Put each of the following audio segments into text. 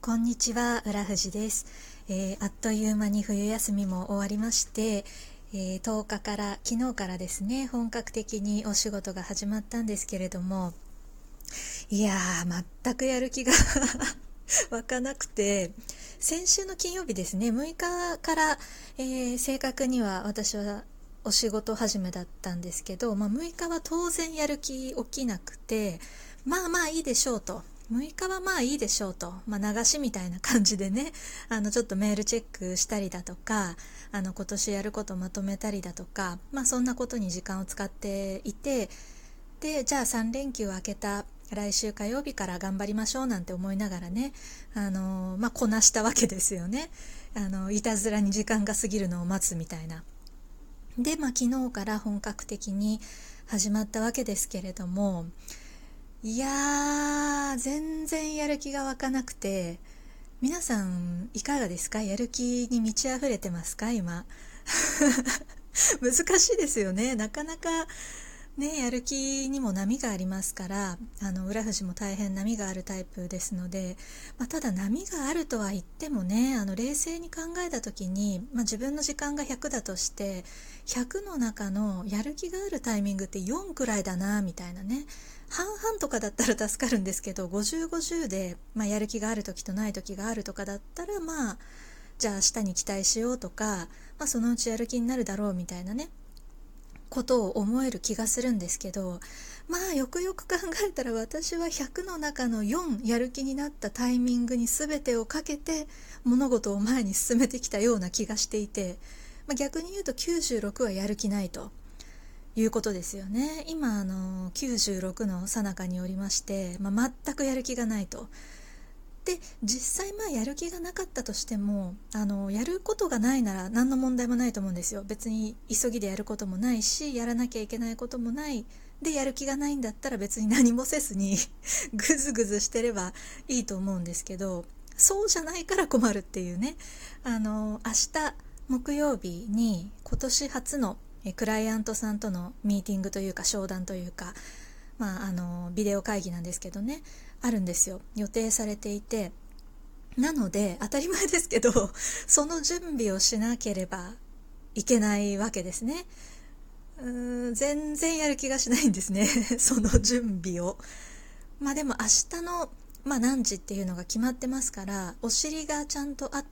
こんにちは、浦藤です。あっという間に冬休みも終わりまして、10日から昨日からですね、本格的にお仕事が始まったんですけれども、いやー全くやる気が湧かなくて、先週の金曜日ですね、6日から、正確には私はお仕事始めだったんですけど、6日は当然やる気起きなくて、まあいいでしょうと、6日はまあいいでしょうと、流しみたいな感じでね、ちょっとメールチェックしたりだとか、今年やることまとめたりだとか、そんなことに時間を使っていて、でじゃあ3連休明けた来週火曜日から頑張りましょうなんて思いながらね、こなしたわけですよね。いたずらに時間が過ぎるのを待つみたいな。で、昨日から本格的に始まったわけですけれども、いやー全然やる気が湧かなくて、皆さんいかがですか？やる気に満ち溢れてますか今？難しいですよね。なかなかね、やる気にも波がありますから、浦藤も大変波があるタイプですので、ただ波があるとは言ってもね、冷静に考えた時に、自分の時間が100だとして、100の中のやる気があるタイミングって4くらいだなみたいなね。半々とかだったら助かるんですけど、50、50で、やる気がある時とない時があるとかだったら、じゃあ明日に期待しようとか、そのうちやる気になるだろうみたいなね、ことを思える気がするんですけど、よくよく考えたら私は100の中の4やる気になったタイミングに全てをかけて物事を前に進めてきたような気がしていて、逆に言うと96はやる気ないということですよね。今96の最中におりまして、全くやる気がないと。で実際やる気がなかったとしても、やることがないなら何の問題もないと思うんですよ。別に急ぎでやることもないし、やらなきゃいけないこともない。でやる気がないんだったら別に何もせずにぐずぐずしてればいいと思うんですけど、そうじゃないから困るっていうね。明日木曜日に今年初のクライアントさんとのミーティングというか商談というか、ビデオ会議なんですけどね、あるんですよ。予定されていて、なので当たり前ですけどその準備をしなければいけないわけですね。全然やる気がしないんですねその準備を。でも明日の、何時っていうのが決まってますから、お尻がちゃんとあって、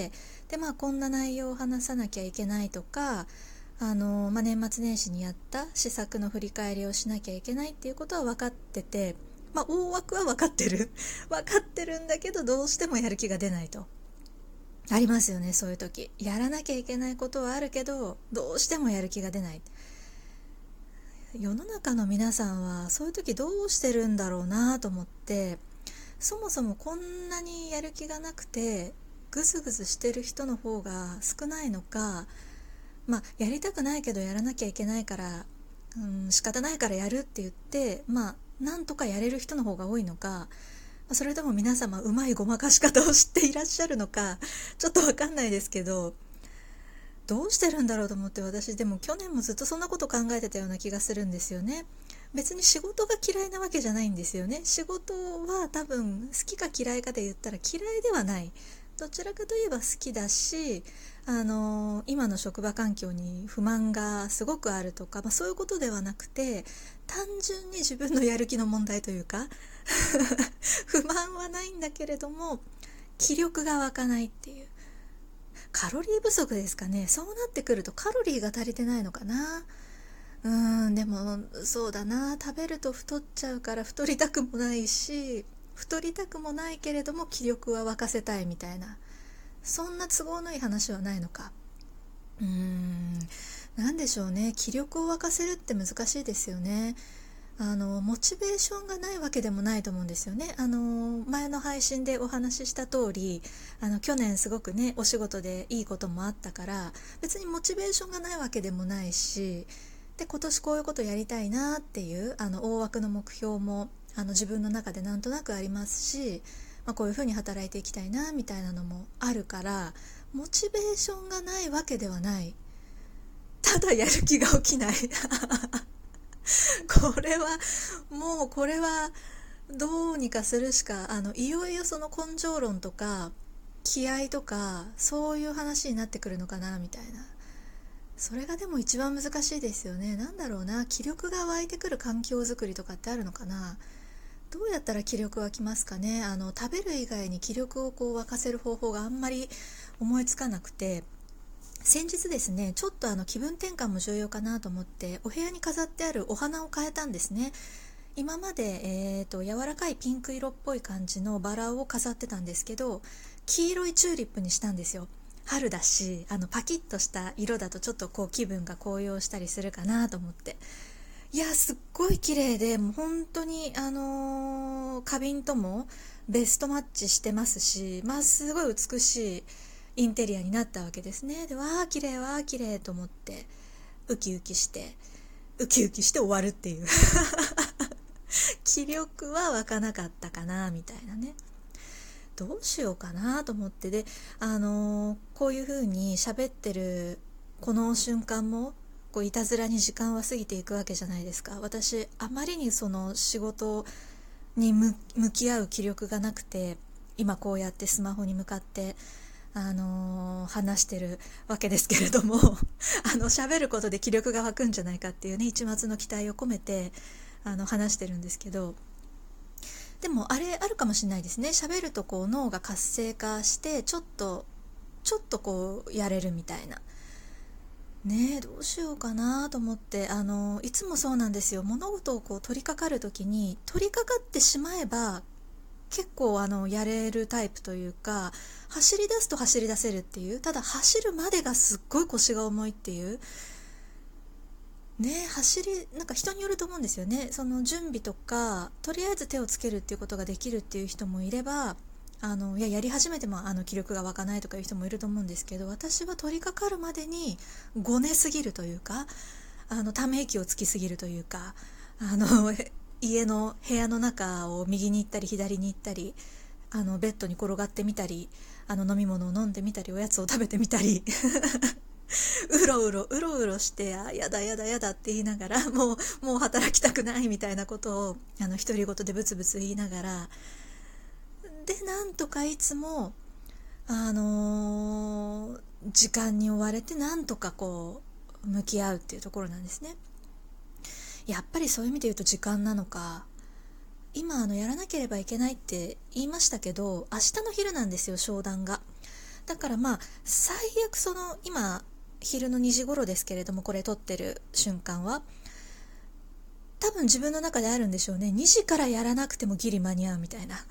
でこんな内容を話さなきゃいけないとか、年末年始にやった施策の振り返りをしなきゃいけないっていうことは分かってて、大枠は分かってる分かってるんだけど、どうしてもやる気が出ないと。ありますよね、そういう時。やらなきゃいけないことはあるけどどうしてもやる気が出ない。世の中の皆さんはそういう時どうしてるんだろうなと思って、そもそもこんなにやる気がなくてぐずぐずしてる人の方が少ないのか、やりたくないけどやらなきゃいけないから、仕方ないからやるって言って、なんとかやれる人の方が多いのか、それとも皆様うまいごまかし方を知っていらっしゃるのか、ちょっと分かんないですけど、どうしてるんだろうと思って、私でも去年もずっとそんなこと考えてたような気がするんですよね。別に仕事が嫌いなわけじゃないんですよね。仕事は多分好きか嫌いかで言ったら嫌いではない。どちらかといえば好きだし、今の職場環境に不満がすごくあるとか、そういうことではなくて、単純に自分のやる気の問題というか不満はないんだけれども気力が湧かないっていう、カロリー不足ですかね。そうなってくるとカロリーが足りてないのかな。でもそうだな、食べると太っちゃうから太りたくもないし、太りたくもないけれども気力は沸かせたいみたいな、そんな都合のいい話はないのか。なんでしょうね。気力を沸かせるって難しいですよね。モチベーションがないわけでもないと思うんですよね。前の配信でお話しした通り、去年すごくねお仕事でいいこともあったから、別にモチベーションがないわけでもないし、で今年こういうことやりたいなっていう大枠の目標も自分の中でなんとなくありますし、こういうふうに働いていきたいなみたいなのもあるから、モチベーションがないわけではない。ただやる気が起きないこれはどうにかするしか、いよいよその根性論とか気合とかそういう話になってくるのかなみたいな。それがでも一番難しいですよね。なんだろうな、気力が湧いてくる環境づくりとかってあるのかな。どうやったら気力湧きますかね。食べる以外に気力をこう沸かせる方法があんまり思いつかなくて、先日ですね、ちょっと気分転換も重要かなと思ってお部屋に飾ってあるお花を変えたんですね。今まで、柔らかいピンク色っぽい感じのバラを飾ってたんですけど、黄色いチューリップにしたんですよ。春だし、パキッとした色だとちょっとこう気分が高揚したりするかなと思って。いや、すっごい綺麗で、もう本当に花瓶ともベストマッチしてますし、まあすごい美しいインテリアになったわけですね。で、わー綺麗わー綺麗と思ってウキウキして終わるっていう気力は湧かなかったかなみたいなね。どうしようかなと思って。で、こういう風に喋ってるこの瞬間もこういたずらに時間は過ぎていくわけじゃないですか。私あまりにその仕事に向き合う気力がなくて、今こうやってスマホに向かって話してるわけですけれども喋ることで気力が湧くんじゃないかっていうね、一抹の期待を込めて話してるんですけど、でもあれあるかもしれないですね。喋るとこう脳が活性化してちょっとこうやれるみたいなね。どうしようかなと思って、いつもそうなんですよ。物事をこう取り掛かる時に取り掛かってしまえば結構やれるタイプというか、走り出すと走り出せるっていう、ただ走るまでがすっごい腰が重いっていうね。なんか人によると思うんですよね。その準備とかとりあえず手をつけるっていうことができるっていう人もいれば、やり始めても気力が湧かないとかいう人もいると思うんですけど、私は取り掛かるまでにごねすぎるというか、ため息をつきすぎるというか、家の部屋の中を右に行ったり左に行ったり、ベッドに転がってみたり、飲み物を飲んでみたり、おやつを食べてみたりうろうろして、あ、やだやだやだって言いながら、もう働きたくないみたいなことを独り言でブツブツ言いながら、でなんとかいつも時間に追われてなんとかこう向き合うっていうところなんですね。やっぱりそういう意味で言うと時間なのか。今やらなければいけないって言いましたけど、明日の昼なんですよ、商談が。だからまあ最悪その今昼の2時頃ですけれども、これ撮ってる瞬間は多分自分の中であるんでしょうね。2時からやらなくてもギリ間に合うみたいな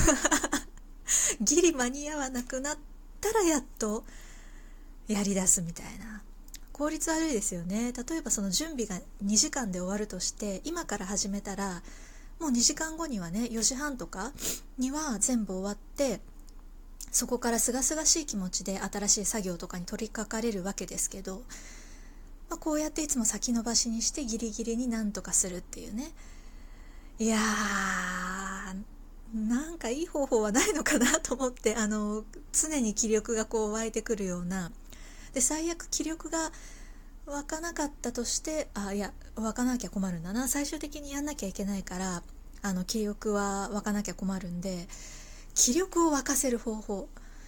ギリ間に合わなくなったらやっとやり出すみたいな。効率悪いですよね。例えばその準備が2時間で終わるとして、今から始めたらもう2時間後にはね、4時半とかには全部終わって、そこから清々しい気持ちで新しい作業とかに取り掛かれるわけですけど、こうやっていつも先延ばしにしてギリギリになんとかするっていうね。いやー、なんかいい方法はないのかなと思って、常に気力がこう湧いてくるような。で、最悪気力が湧かなかったとして、いや湧かなきゃ困るんだな、最終的にやんなきゃいけないから、気力は湧かなきゃ困るんで、気力を湧かせる方法、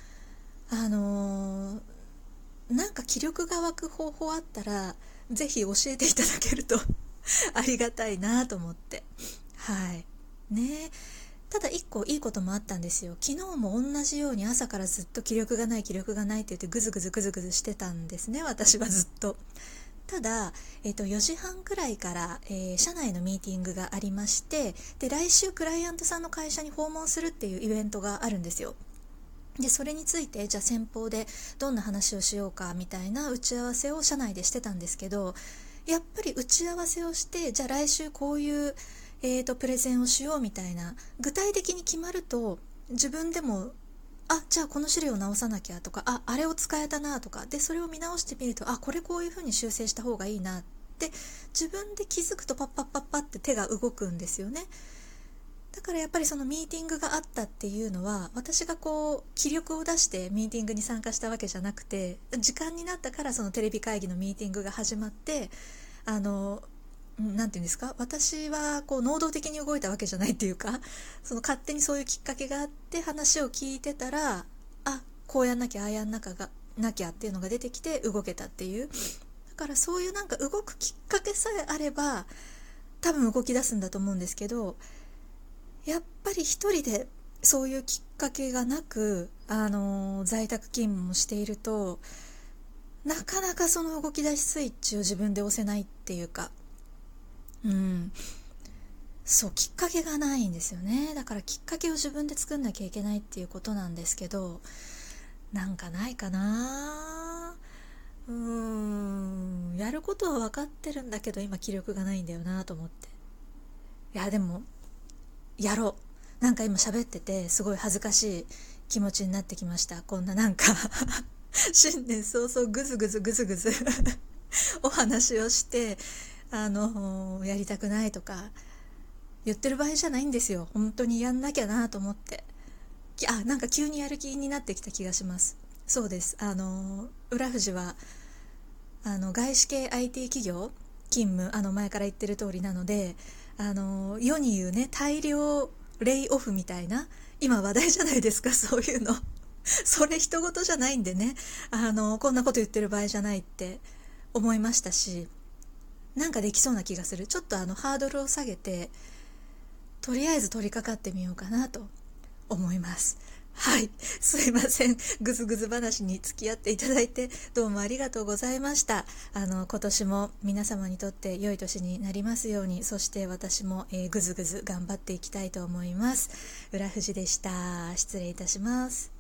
なんか気力が湧く方法あったらぜひ教えていただけるとありがたいなと思って。はいね。ただ一個いいこともあったんですよ。昨日も同じように朝からずっと気力がないって言ってグズグズしてたんですね、私はずっと。ただ、4時半くらいから、社内のミーティングがありまして、で来週クライアントさんの会社に訪問するっていうイベントがあるんですよ。でそれについてじゃあ先方でどんな話をしようかみたいな打ち合わせを社内でしてたんですけど、やっぱり打ち合わせをして、じゃあ来週こういう、プレゼンをしようみたいな具体的に決まると、自分でもじゃあこの資料を直さなきゃとか、あれを使えたなとかで、それを見直してみると、これこういう風に修正した方がいいなって自分で気づくと、パッパッパッパって手が動くんですよね。だからやっぱりそのミーティングがあったっていうのは、私がこう気力を出してミーティングに参加したわけじゃなくて、時間になったからそのテレビ会議のミーティングが始まって、 なんていうんですか、私はこう能動的に動いたわけじゃないっていうか、その勝手にそういうきっかけがあって話を聞いてたら、あ、こうやんなきゃああやんなきゃっていうのが出てきて動けたっていう。だからそういうなんか動くきっかけさえあれば多分動き出すんだと思うんですけど、やっぱり一人でそういうきっかけがなく、在宅勤務もしていると、なかなかその動き出しスイッチを自分で押せないっていうか、うん、そう、きっかけがないんですよね。だからきっかけを自分で作んなきゃいけないっていうことなんですけど、なんかないかな。やることは分かってるんだけど今気力がないんだよなと思って。いやでもやろう。なんか今喋っててすごい恥ずかしい気持ちになってきました。こんななんか新年早々グズグズグズグズお話をして、やりたくないとか言ってる場合じゃないんですよ。本当にやんなきゃなと思って。なんか急にやる気になってきた気がします。そうです。浦富は外資系 IT 企業勤務、前から言ってる通りなので、世に言うね、大量レイオフみたいな、今話題じゃないですか、そういうの。それ人事じゃないんでね、こんなこと言ってる場合じゃないって思いましたし、なんかできそうな気がする。ちょっとハードルを下げて、とりあえず取り掛かってみようかなと思います。はい、すいません。ぐずぐず話に付き合っていただいてどうもありがとうございました。今年も皆様にとって良い年になりますように、そして私も、ぐずぐず頑張っていきたいと思います。浦富でした。失礼いたします。